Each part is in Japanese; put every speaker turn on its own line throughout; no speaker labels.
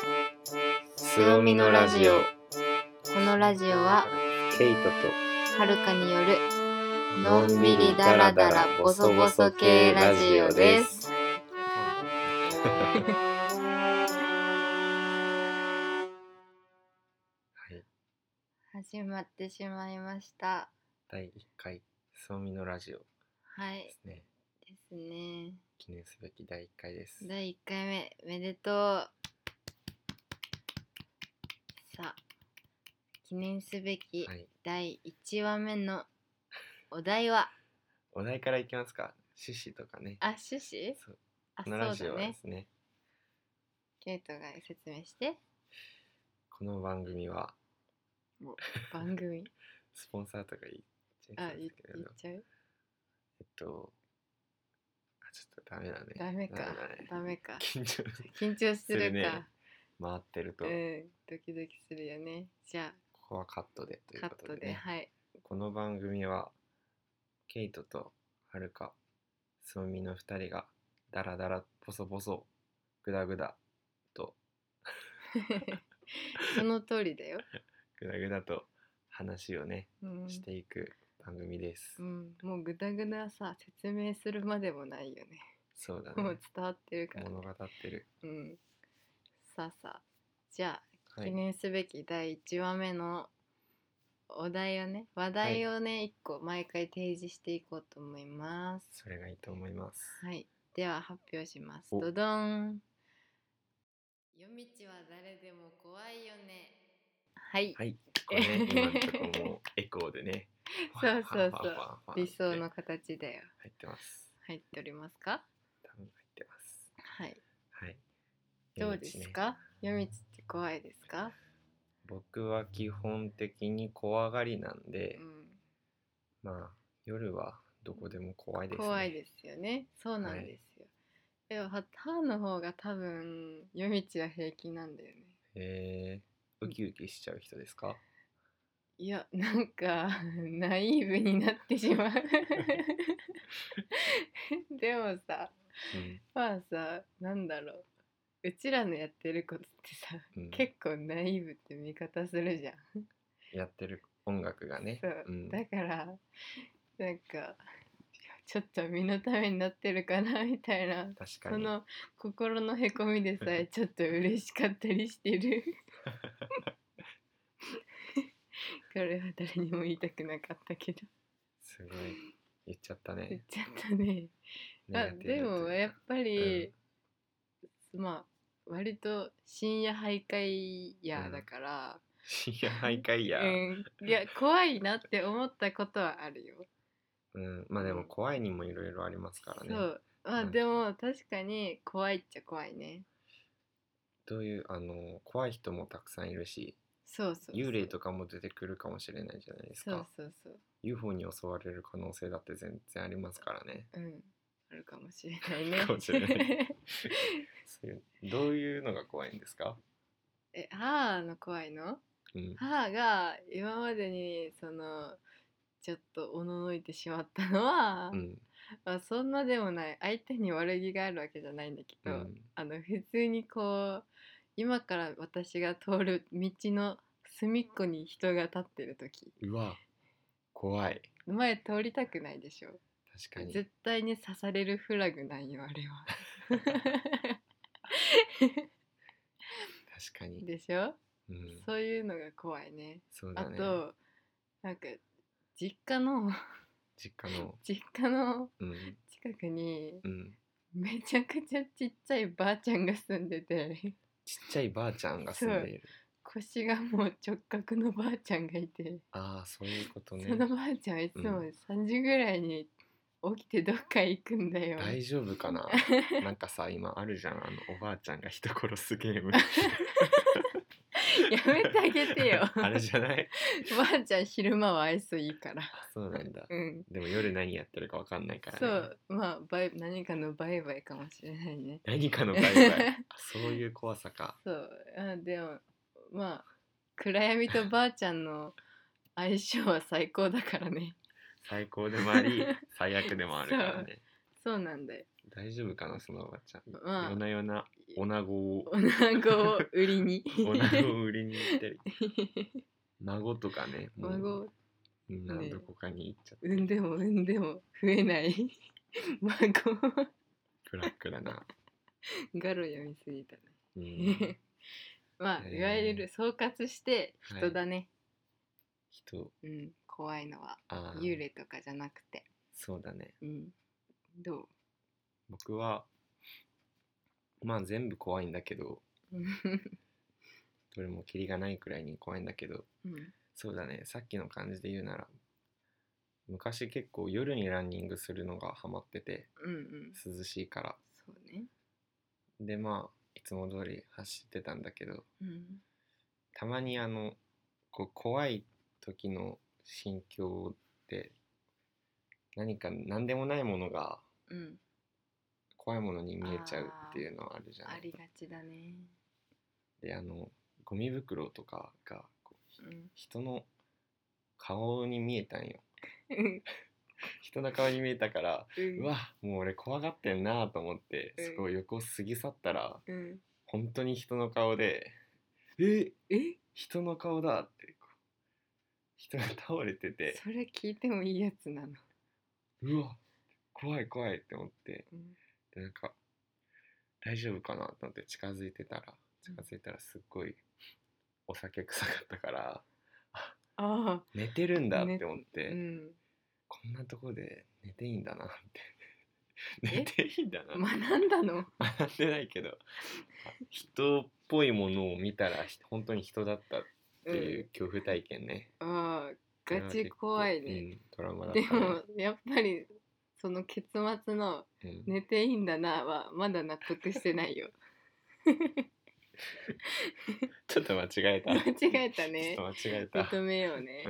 すおみのラジオ。
このラジオは
ケイトと
はるかによる
のんびりだらだらボソボソ系ラジオです。はい、
始まってしまいました。
第1回すおみのラジオ
はい
ですね。
ですね。
記念すべき第1回です。
第1回目めでとう。さあ、記念すべき第1話目のお題は、
お題からいきますか。趣旨とかね。
趣旨？
そう、このラジオはですね、
ケイトが説明して。
この番組は
番組
スポンサーとか言っちゃいそうですけれど、
言っちゃう？
ちょっとダメだね。
ダメか。
緊張
するか、
ね、回ってると、
ドキドキするよね。じゃあ
ここはカットでということでね。
はい。
この番組はケイトとはるか、すおみの2人がダラダラボソボソグダグダと
その通りだよ。
グダグダと話をね、していく番組です。
もうグダグダさ、説明するまでもないよね。
そうだね。
もう伝わってるから、ね、
物語ってる。
さあじゃあ、記念すべき第1話目のお題をね、話題をね、1個毎回提示していこうと思います。
それがいいと思います。
はい、では発表します。どどん。夜道は誰でも怖いよね。はい、
これね、今のところもエコーでね
そう理想の形だよ。
入ってます。
入っておりますか？
多分入ってます。はい。
どうですか？夜道って怖いですか？
僕は基本的に怖がりなんで、まあ夜はどこでも怖いですね。
怖いですよね。そうなんですよ。でも母の方が多分夜道は平気なんだよね。
ウキウキしちゃう人ですか？
いや、なんかナイーブになってしまうでもさ、まあさ、なんだろう、うちらのやってることってさ、結構ナイーブって見方するじゃん。
やってる音楽がね。
そう、だからなんかちょっと身のためになってるかなみたいな、その心のへこみでさえちょっと嬉しかったりしてるこれは誰にも言いたくなかったけど、
すごい言っちゃったね。
でもやっぱり、まあ割と深夜徘徊屋だから、
深夜徘徊屋、
いや怖いなって思ったことはあるよ。
まあでも怖いにもいろいろありますからね。
そう、でも確かに怖いっちゃ怖いね。
どういう怖い人もたくさんいるし、幽霊とかも出てくるかもしれないじゃないですか。UFO に襲われる可能性だって全然ありますからね。
あるかもしれないね。
かもしれないどういうのが怖いんですか？
母の怖いの？母が今までにちょっとおののいてしまったのは、そんなでもない、相手に悪気があるわけじゃないんだけど、普通にこう今から私が通る道の隅っこに人が立ってる時、
うわ怖い。
前通りたくないでしょ。
確かに
絶対に刺されるフラグなんよあれは
確かに
でしょ、そういうのが怖いね。あとなんか実家の近くにめちゃくちゃちっちゃいばあちゃんが住んでて、
ちっちゃいばあちゃんが住んでいる。
腰がもう直角のばあちゃんがいて、
そういうことね。
そのばあちゃんはいつも3時ぐらいに起きてどっか行くんだよ。
大丈夫かななんかさ、今あるじゃん、おばあちゃんが人殺すゲーム
やめてあげてよ
あれじゃない？
ばあちゃん昼間は愛想いいから。
そうなんだ。でも夜何やってるか分かんないからね。
そう、まあ何かの売買かもしれないね。
何かの売買そういう怖さか。
そうでもまあ暗闇とばあちゃんの相性は最高だからね。
最高でもあり最悪でもあるからね。
そうなんだよ。
大丈夫かなそのおばちゃん。夜な夜な女子を
売りに
女子を売りに行ったり孫とかね、も
う
みんなどこかに行っちゃって、
産んでも増えない孫
ブラックだな。
ガロ読みすぎたね。まあ、いわゆる総括して人だね。
人。
怖いのは幽霊とかじゃなくて。
そうだね。
どう？
僕はまあ全部怖いんだけどどれもキリがないくらいに怖いんだけど、そうだね、さっきの感じで言うなら昔結構夜にランニングするのがハマってて、涼しいから。
そうね。
でまあいつも通り走ってたんだけど、たまにこう怖い時の心境って何でもないものが怖いものに見えちゃうっていうのはあるじゃない。
ありがちだね。
でゴミ袋とかが人の顔に見えたんよ。人の顔に見えたから、うわもう俺怖がってんなと思って、そこを横過ぎ去ったら、本当に人の顔で、人の顔だって人が倒れてて、
それ聞いてもいいやつなの？
うわ怖い怖いって思って、でなんか大丈夫かなと思って近づいたらすっごいお酒臭かったから、寝てるんだって思って、こんなとこで寝ていいんだなって寝ていいんだな。
学んだの？
学んでないけど、人っぽいものを見たら本当に人だったっていう恐怖体験ね。
ガチ怖いね。
トラウマだったね。
でもやっぱりその結末の寝ていいんだなはまだ納得してないよ。
ちょっと間違えた。
間違えたね。
ちょっと間違えた。
認めようね。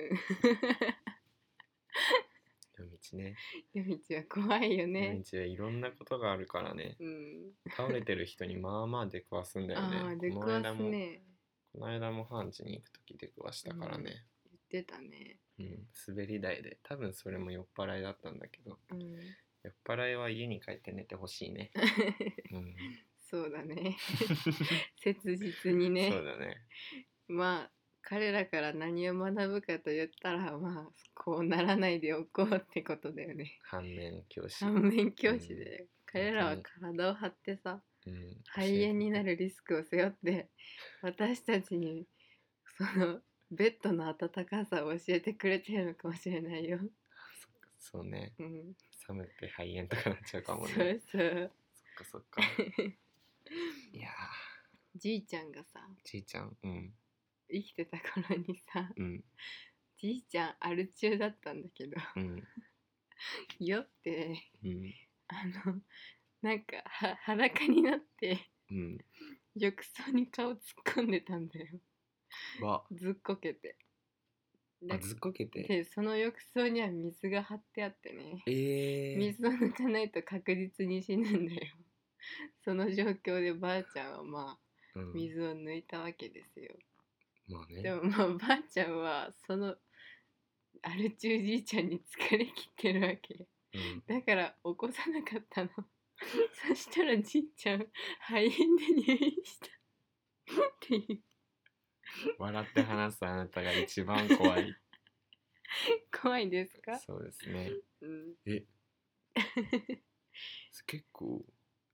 夜道ね。
夜道は怖いよね。
夜道はいろんなことがあるからね。倒れてる人にまあまあ出くわすんだよね。
出くわすね。こ
の間もハンチに行く時出くわしたからね。
言ってたね。
滑り台で、多分それも酔っ払いだったんだけど、酔っ払いは家に帰って寝てほしいね。
そうだね。切実にね。
そうだね。
まあ彼らから何を学ぶかと言ったら、まあこうならないでおこうってことだよね。
反面教師
で、彼らは体を張ってさ、肺炎になるリスクを背負って私たちにそのベッドの温かさを教えてくれてるのかもしれないよ。
そうね。寒くて肺炎とかなっちゃうかもね。そっか。いや
じいちゃんがさ、
生
きてた頃にさ、じいちゃんアル中だったんだけど、酔って、なんか裸になって、浴槽に顔突っ込んでたんだよ。ずっこけて。
ずっこけて。
でその浴槽には水が張ってあってね、水を抜かないと確実に死ぬんだよ。その状況でばあちゃんはまあ、水を抜いたわけですよ。でもまあばあちゃんはそのアル中じいちゃんに疲れきってるわけ、だから起こさなかったの。そしたらじいちゃん肺炎で入院したっていう。
笑って話すあなたが一番怖い。
怖いですか？
そうですね。結構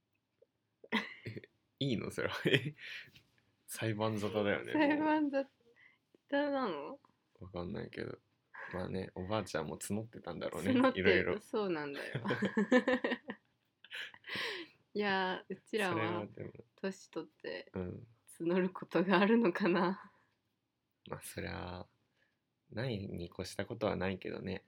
いいのそれは。裁判沙汰だよね。
裁判沙汰なの？
わかんないけど、まあね、おばあちゃんも募ってたんだろうね。いろいろ。
そうなんだよ。いやうちらは年取って募ることがあるのかな。
まあそりゃないに越したことはないけどね。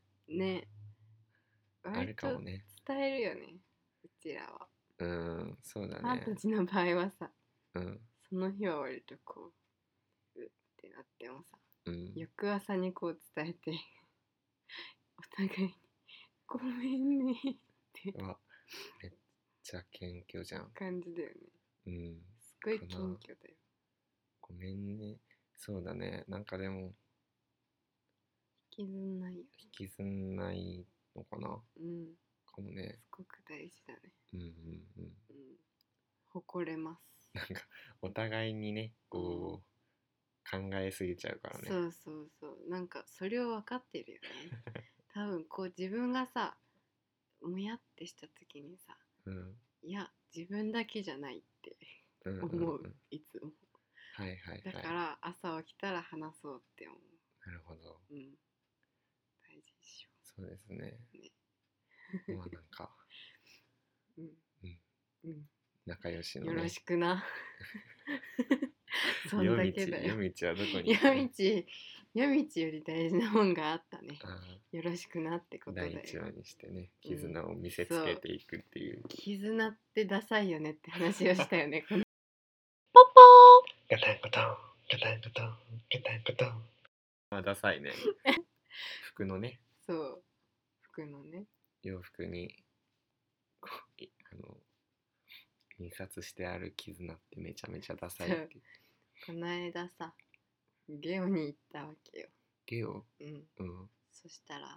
あるかもね。
伝えるよね、うちらは。
そうだね。
あんたちの場合はさ、その日は割とこうってなってもさ、翌朝にこう伝えてお互いにごめんねって
めっちゃ謙虚じゃん
感じだよね。すごい謙虚だよ。
ごめんね。そうだね。なんかでも
引きずんないよ。
引きずんないのかな。かもね。
すごく大事だね。 誇れます。
なんかお互いにねこう、考えすぎちゃうからね。
そうそうそう、なんかそれを分かってるよね。多分こう自分がさもやってした時にさ、いや自分だけじゃないって思う、いつも。
はいはいはい。
だから朝起きたら話そうって思う。
なるほど。
大事にしよ
う。そうですね。まあなんか仲良しのね。
よろしくな。そんだけだよ。
夜道はどこに？
夜道より大事なもんがあったね。よろしくなってことだよ。
第一話にしてね、絆を見せつけていくっていう。
絆ってダサいよねって話をしたよね。この
ポポーガタンゴトンガタンゴトンガタンゴトン。あ、ダサいね。服のね。
そう。服のね。
洋服に印刷してある絆ってめちゃめちゃダサいって。
この間さ、ゲオに行ったわけよ。
ゲオ？
そしたら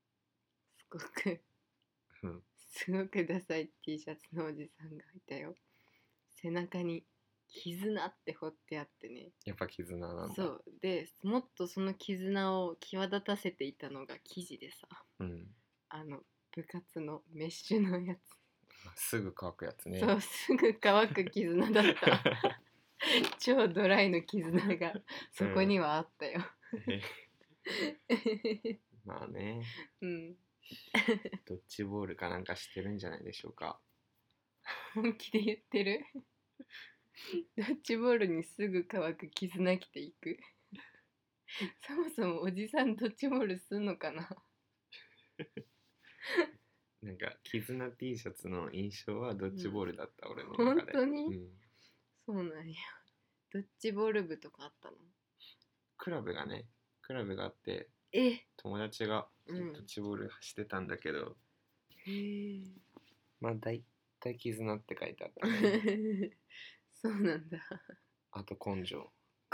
すごくダサい T シャツのおじさんがいたよ。背中に絆って彫ってあってね。
やっぱ絆なんだ。
そうで、もっとその絆を際立たせていたのが生地でさ、部活のメッシュのやつ。
すぐ乾くやつね。
そう、すぐ乾く絆だった。超ドライの絆がそこにはあったよ。
まあね。ドッジボールかなんかしてるんじゃないでしょうか。
本気で言ってる？ドッジボールにすぐ乾く絆着ていく。そもそもおじさんドッジボールすんのかな。
なんか絆 T シャツの印象はドッジボールだった、俺の
中で。本当に？そうなんや。ドッジボール部とかあったの？
クラブがあって、友達がドッジボールしてたんだけど、まあ大体絆って書いてあったね。
そうなんだ。
あと根性。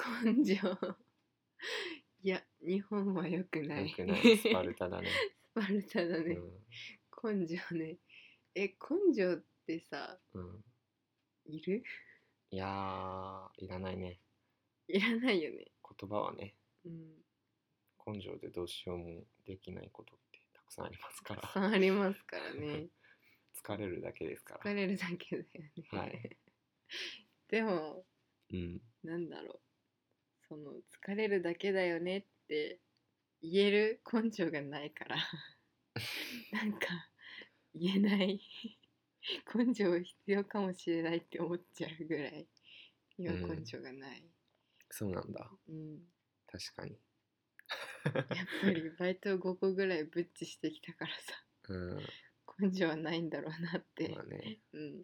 いや、日本は良くない。
良くない。スパルタだね。
スパルタだね。根性ね。根性ってさ、いる？
いやー、いらないね。
いらないよね。
言葉はね。根性でどうしようもできないことってたくさんありますから。
たくさんありますからね。
疲れるだけですから。
疲れるだけだよね。はい。でも、なんだろう。その疲れるだけだよねって言える根性がないからなんか言えない根性必要かもしれないって思っちゃうぐらい今根性がない。
そうなんだ。確かに。
やっぱりバイト5個ぐらいブッチしてきたからさ、根性はないんだろうなって。まあね。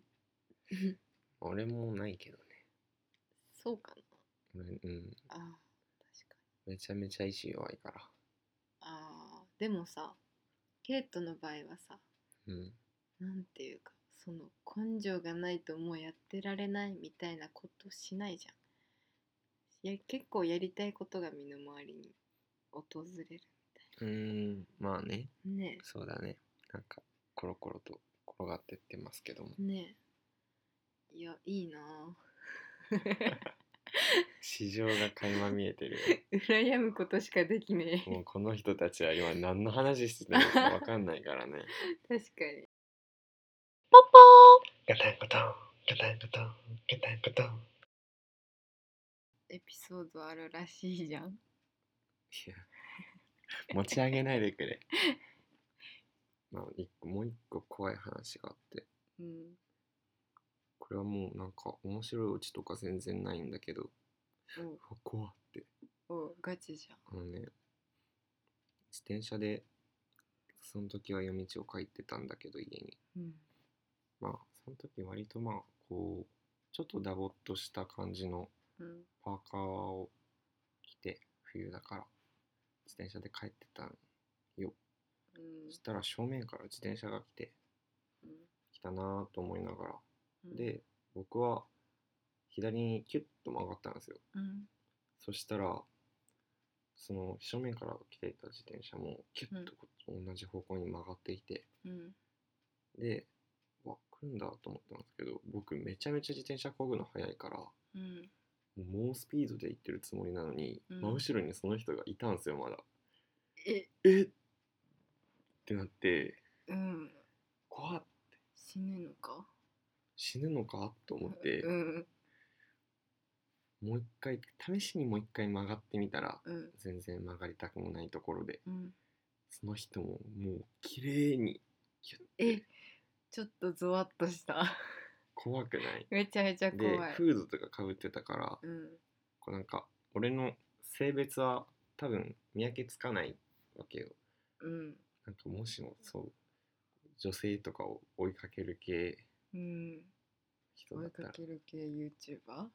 俺もないけどね。
そうかな。
あ、確かに。めちゃめちゃ意志弱いから。
でもさ、ケイトの場合はさ、なんていうか、その根性がないともうやってられないみたいなことしないじゃん。結構やりたいことが身の回りに訪れるみたいな。
まあね。そうだね。なんかコロコロと転がってってますけども。
ね。いや、いいな
市場が垣間見えてる。
羨むことしかできね
え。もうこの人たちは今何の話してるのか分かんないからね。
確かに。
ポポーガタンゴトンガタンゴトンガタンゴトン。
エピソードあるらしいじゃん。い
や、持ち上げないでくれ。まあ、もう一個怖い話があって、これはもうなんか面白いオチとか全然ないんだけど、怖って。
ガチじゃん。
ね、自転車でその時は夜道を帰ってたんだけど家に、まあその時割とまあこうちょっとダボっとした感じのパーカーを着て、冬だから自転車で帰ってたんよ。そしたら正面から自転車が来たなと思いながら、で僕は左にキュッと曲がったんですよ。そしたらその正面から来ていた自転車もキュッと同じ方向に曲がっていて、で、わ、 なんだと思ったんですけど、僕めちゃめちゃ自転車漕ぐの速いから、
うん、
もう猛スピードで行ってるつもりなのに、真後ろにその人がいたんですよ、まだ。えってなって、怖っ。
死ぬのか
と思って、もう一回試しにもう一回曲がってみたら、全然曲がりたくもないところで、その人ももう綺麗に
ちょっとゾワッとした
怖くない？
めちゃめちゃ怖い。
でフードとかかぶってたから、こうなんか俺の性別は多分見分けつかないわけよ。なんかもしもそう女性とかを追いかける系
人だったら、追いかける系 YouTuber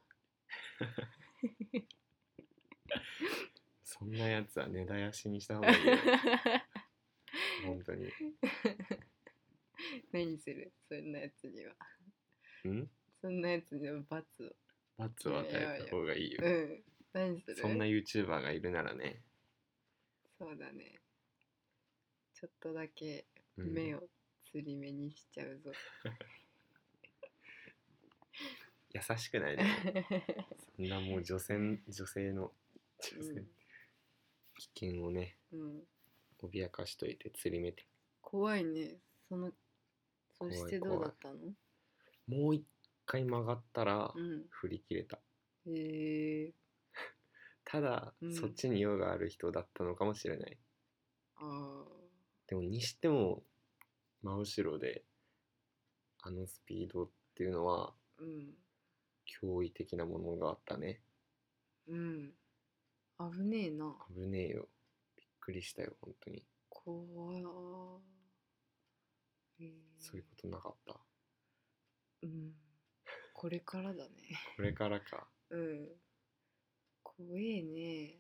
そんなやつは根絶やしにした方がいいよ本当に。
何するそんなやつには。そんなやつには罰
を与えた方がいいよ。
何する？
そんな YouTuber がいるならね。
そうだね。ちょっとだけ目をつり目にしちゃうぞ。
優しくないでもそんなもう女性の危険をね、脅かしといてつり目て。
怖いね。そしてどうだったの？
もう一回曲がったら振り切れた。ただ、そっちに用がある人だったのかもしれない。でもにしても真後ろであのスピードっていうのは、驚異的なものがあったね。
危ねえな。
危ねえよ。びっくりしたよ本当に。
怖い。
そういうことなかった？
これからだね。
これからか。
怖えね。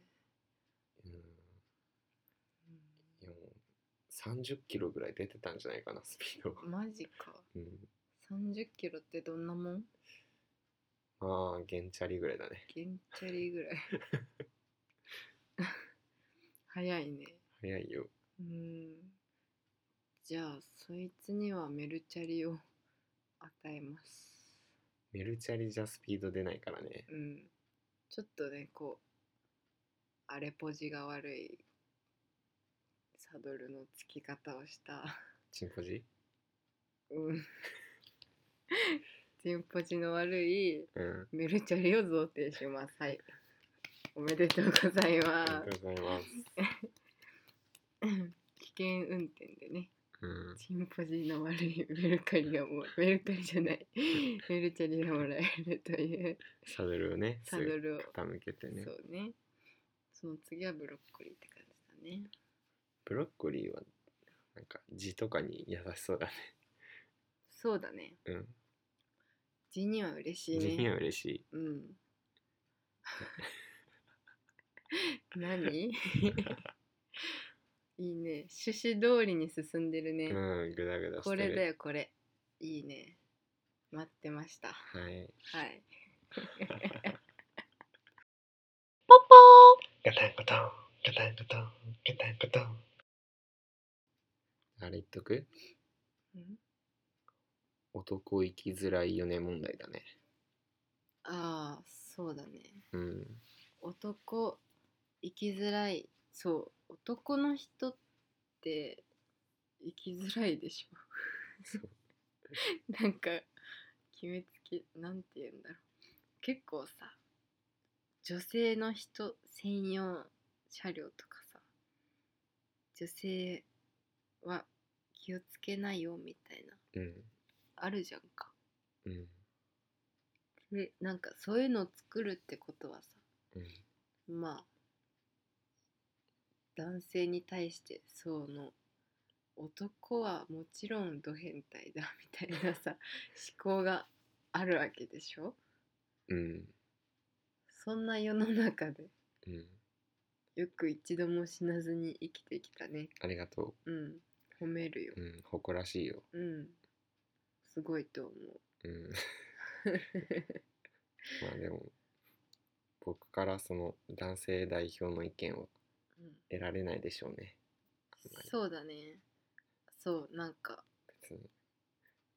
いやもう30キロぐらい出てたんじゃないかなスピードが。
マジか。30キロってどんなもん？
まあゲンチャリぐらいだね。
ゲンチャリぐらい早いね。
早いよ。
じゃあそいつにはメルチャリを与えます。
メルチャリじゃスピード出ないからね。
ちょっとねこう荒れポジが悪いサドルの付き方をした
チンポジ？
チンポジの悪いメルチャリを贈呈します。はい。おめでとうございます。
ありがとうございます。
危険運転でね。チンポジの悪いメルカリじゃない。メルチャリがもらえるという。
サドルをね、傾けてね。
そうね。その次はブロッコリーって感じだね。
ブロッコリーはなんか字とかに優しそうだね。
そうだね。字には嬉しいね。
字には嬉しい。
何いいね。趣旨通りに進んでるね。
ぐだぐだしてる。
これだよこれ。いいね。待ってました。
はい。
ポポ
ーガタンゴトンガタンゴトンガタンゴトン。あれ言っとく？男生きづらいよね問題だね。
ああ、そうだね。
男
生きづらい。そう、男の人って生きづらいでしょ。なんか決めつけなんて言うんだろう。結構さ、女性の人専用車両とかさ、女性は気をつけないよみたいな、あるじゃんか。でなんかそういうのを作るってことはさ、まあ男性に対して男はもちろんド変態だみたいなさ思考があるわけでしょ。そんな世の中で、よく一度も死なずに生きてきたね。
ありがと
う。褒めるよ。
誇らしいよ。
すごいと思う。
まあでも僕からその男性代表の意見を得られないでしょうね。
そうだね。そうなんか
別に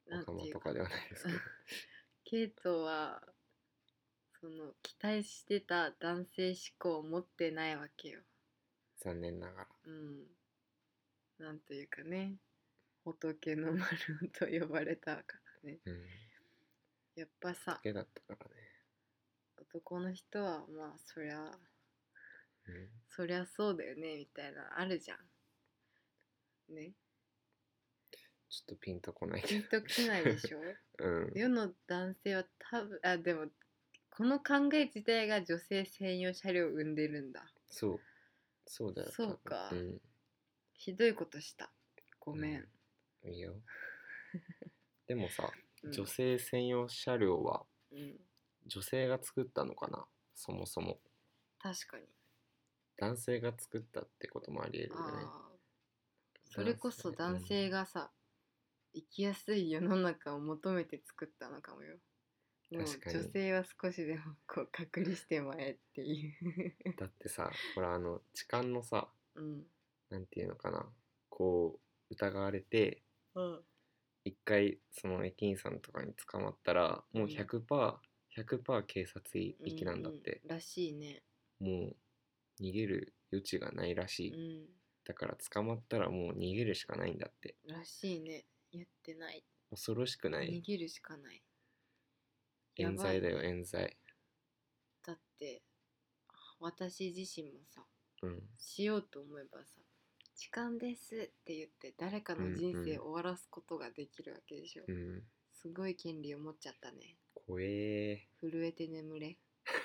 仲間とかではないですけど
ケイトはその期待してた男性思考を持ってないわけよ。
残念ながら。
なんというかね、仏の丸と呼ばれたからね。やっぱさ、
仏だったからね。
男の人はまあそりゃ、そりゃそうだよねみたいなあるじゃん。ね。
ちょっとピンとこないけ
ど。ピンときないでしょ世の男性は多分、でもこの考え自体が女性専用車両を生んでるんだ。
そうだよ。
そうか。ひどいことした。ごめん。
いいよ。でもさ、女性専用車両は女性が作ったのかな、そもそも。
確かに。
男性が作ったってこともありえるよね。
それこそ男性がさ、生きやすい世の中を求めて作ったのかもよ。もう女性は少しでもこう隔離してもえっていう
だってさ、ほら痴漢のさ、なんていうのかな、こう疑われて、一回その駅員さんとかに捕まったらもう 100% 警察行きなんだって、
らしいね。
もう逃げる余地がないらしい、だから捕まったらもう逃げるしかないんだって
らしいね。言ってない。
恐ろしくない？
逃げるしかない。
冤罪だよ、冤罪。
だって私自身もさ、しようと思えばさ、痴漢ですって言って誰かの人生を終わらすことができるわけでしょ。すごい権利を持っちゃったね。
怖え。
震えて眠れ。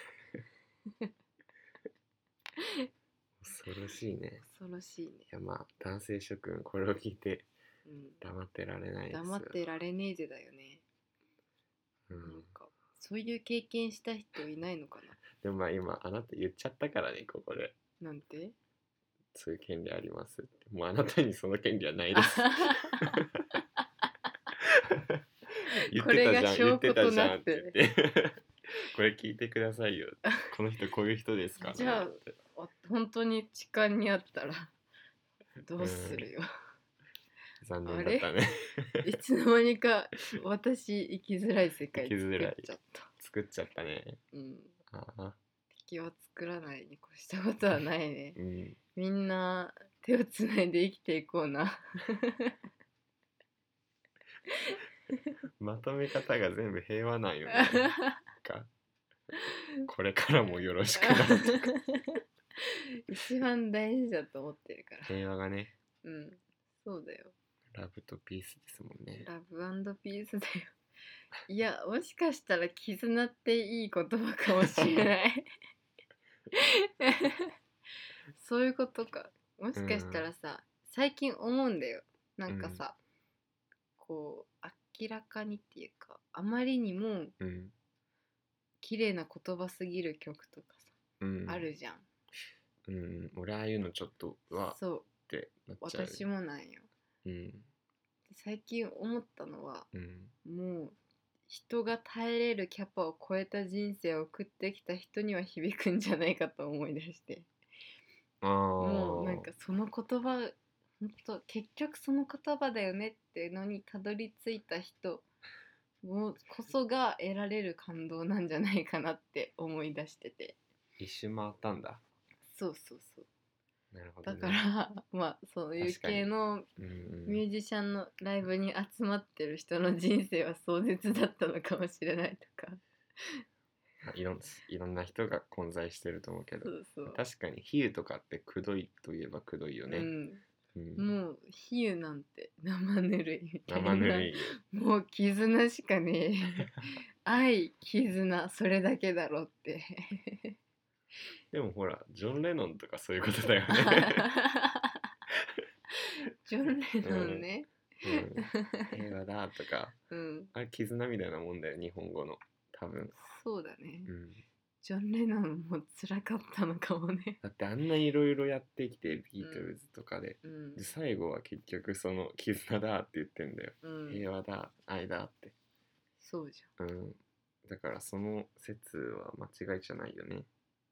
恐ろしいね。
恐ろしいね。
いやまあ男性諸君これを聞いて黙ってられないですよ。
黙ってられねえぜだよね。なんかそういう経験した人いないのかな。
でもまあ今あなた言っちゃったからね、ここで。
なんて？
そういう権利ありますって。もうあなたにその権利はないです言ってたじゃん、言ってたじゃんって言ってこれ聞いてくださいよ、この人こういう人ですからね。
じゃあ本当に痴漢にあったらどうするよ、
残念だったね
いつの間にか私生きづらい世界
作っちゃったね。
敵は作らないに越したことはないね、みんな手をつないで生きていこうな
まとめ方が全部平和なんよねこれからもよろしくな
一番大事だと思ってるから
平和がね。
そうだよ。
ラブとピースですもんね。
ラブ&ピースだよ。いや、もしかしたら絆っていい言葉かもしれないそういうことか。もしかしたらさ、最近思うんだよ。なんかさ、こう明らかにっていうか、あまりにも綺麗な言葉すぎる曲とかさ、あるじゃん。
俺ああいうのちょっと
そう
ってなっちゃう。
私もなんよ。最近思ったのは、もう人が耐えれるキャパを超えた人生を送ってきた人には響くんじゃないかと思い出して、もうなんかその言葉、本当結局その言葉だよねってのにたどり着いた人こそが得られる感動なんじゃないかなって思い出してて。
一周回ったんだ。
そうそうそう。
なるほどね、
だからまあそういう系のミュージシャンのライブに集まってる人の人生は壮絶だったのかもしれないとか
いろんな人が混在してると思うけど、
そう
確かに比喩とかってくどいといえばくどいよね。
もう比喩なんて生ぬるいみたいな。
生ぬるい
もう絆しかねえ愛、絆、それだけだろって
でもほらジョン・レノンとかそういうことだよね
ジョン・レノンね、
平和だとか、あれ絆みたいなもんだよ、日本語の。多分
そうだね、ジョン・レノンも辛かったのかもね。
だってあんないろいろやってきてビートルズとかで、で最後は結局その絆だって言ってんだよ、平和だ愛だって。
そうじゃん、
だからその説は間違いじゃないよね。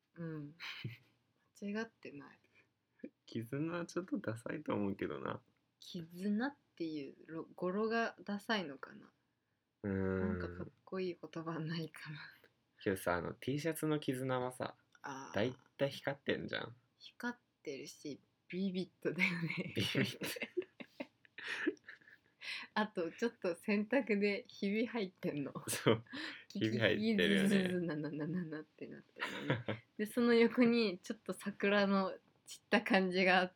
間違ってない。
絆はちょっとダサいと思うけどな。
絆っていう語呂がダサいのかな。 なんかかっこいい言葉ないかな。
けどさ、T シャツの絆はさ、だいたい光ってんじゃん。
光ってるし、ビビッドだよね。ビビッド。あとちょっと洗濯でひび入ってんの。そう。ひび入ってるよね。なってなってるのね。でその横にちょっと桜の散った感じがあって。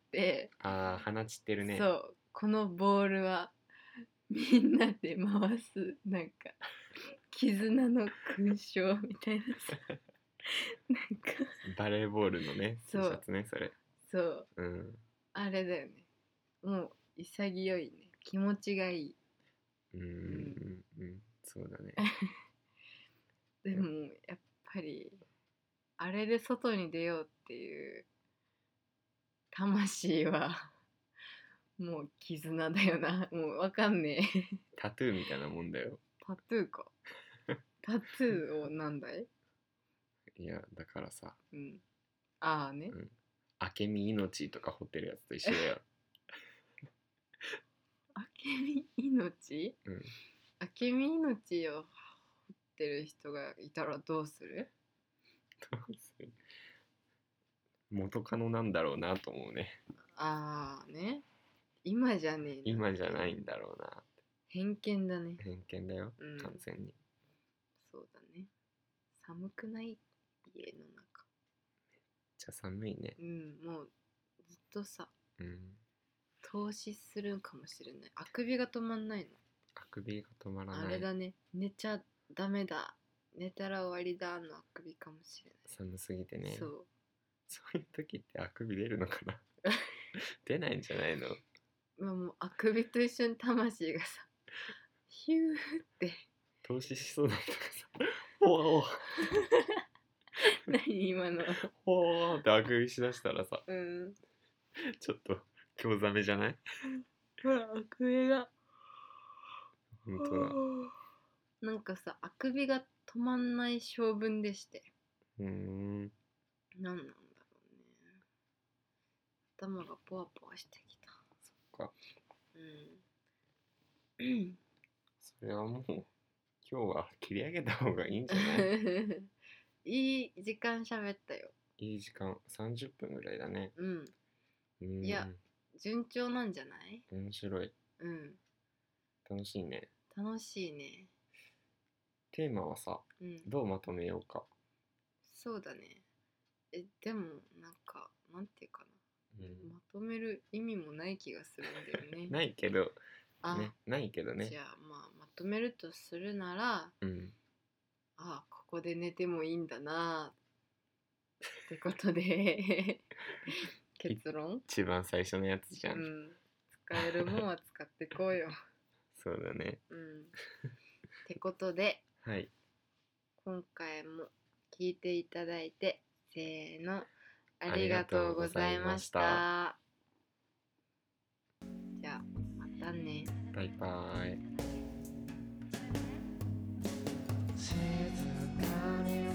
花散ってるね。
そう。このボールはみんなで回すなんか絆の勲章みたいなさ。
なんかバレーボールのね T シャツね、それ。
そう、あれだよね。もう潔いね。気持ちがいい。
そうだね。
でもやっぱりあれで外に出ようっていう魂はもう絆だよな。もうわかんねえ。
タトゥーみたいなもんだよ。
タトゥーか。タトゥーをなんだい？
いやだからさ、
ああね、
明美命とか彫ってるやつと一緒だよ。
明美命？明美命を彫ってる人がいたらどうする？
元カノなんだろうなと思うね。
ああね、今じゃねえ。
今じゃないんだろうな。
偏見だね。
偏見だよ、完全に。
そうだね。寒くない？家の中。めっ
ちゃ寒いね。
もうずっとさ、投資するかもしれない。あくびが止まんないの。
あくびが止まらない。
あれだね。寝ちゃダメだ。寝たら終わりだのあくびかもしれない。
寒すぎてね。そういう時ってあくび出るのかな。出ないんじゃないの？
もうあくびと一緒に魂がさ、ヒューって
投資しそうだったからさ、おお
何今の
おーってあくびしだしたらさ、ちょっと興ざめじゃない？
ほら、あくびが
本当だ。
なんかさ、あくびが止まんない性分でして。なんなんだろうね。頭がポワポワしてきた。
そっか。それはもう今日は切り上げた方がいいんじゃない？
いい時間喋ったよ。
いい時間、30分ぐらいだね。
いや、順調なんじゃない？
面白い。楽しいね。
楽しいね。
テーマはさ、どうまとめようか。
そうだね。でもなんかなんていうかな、まとめる意味もない気がするんだよね。
ないけどね、ないけどね。
じゃあまとめるとするなら、ここで寝てもいいんだなってことで結論。
一番最初のやつじゃん。
使えるもんは使ってこうよ。
そうだね。
ってことで、今回も聞いていただいてせーの、ありがとうございました。じゃあまたね。
バイバイ。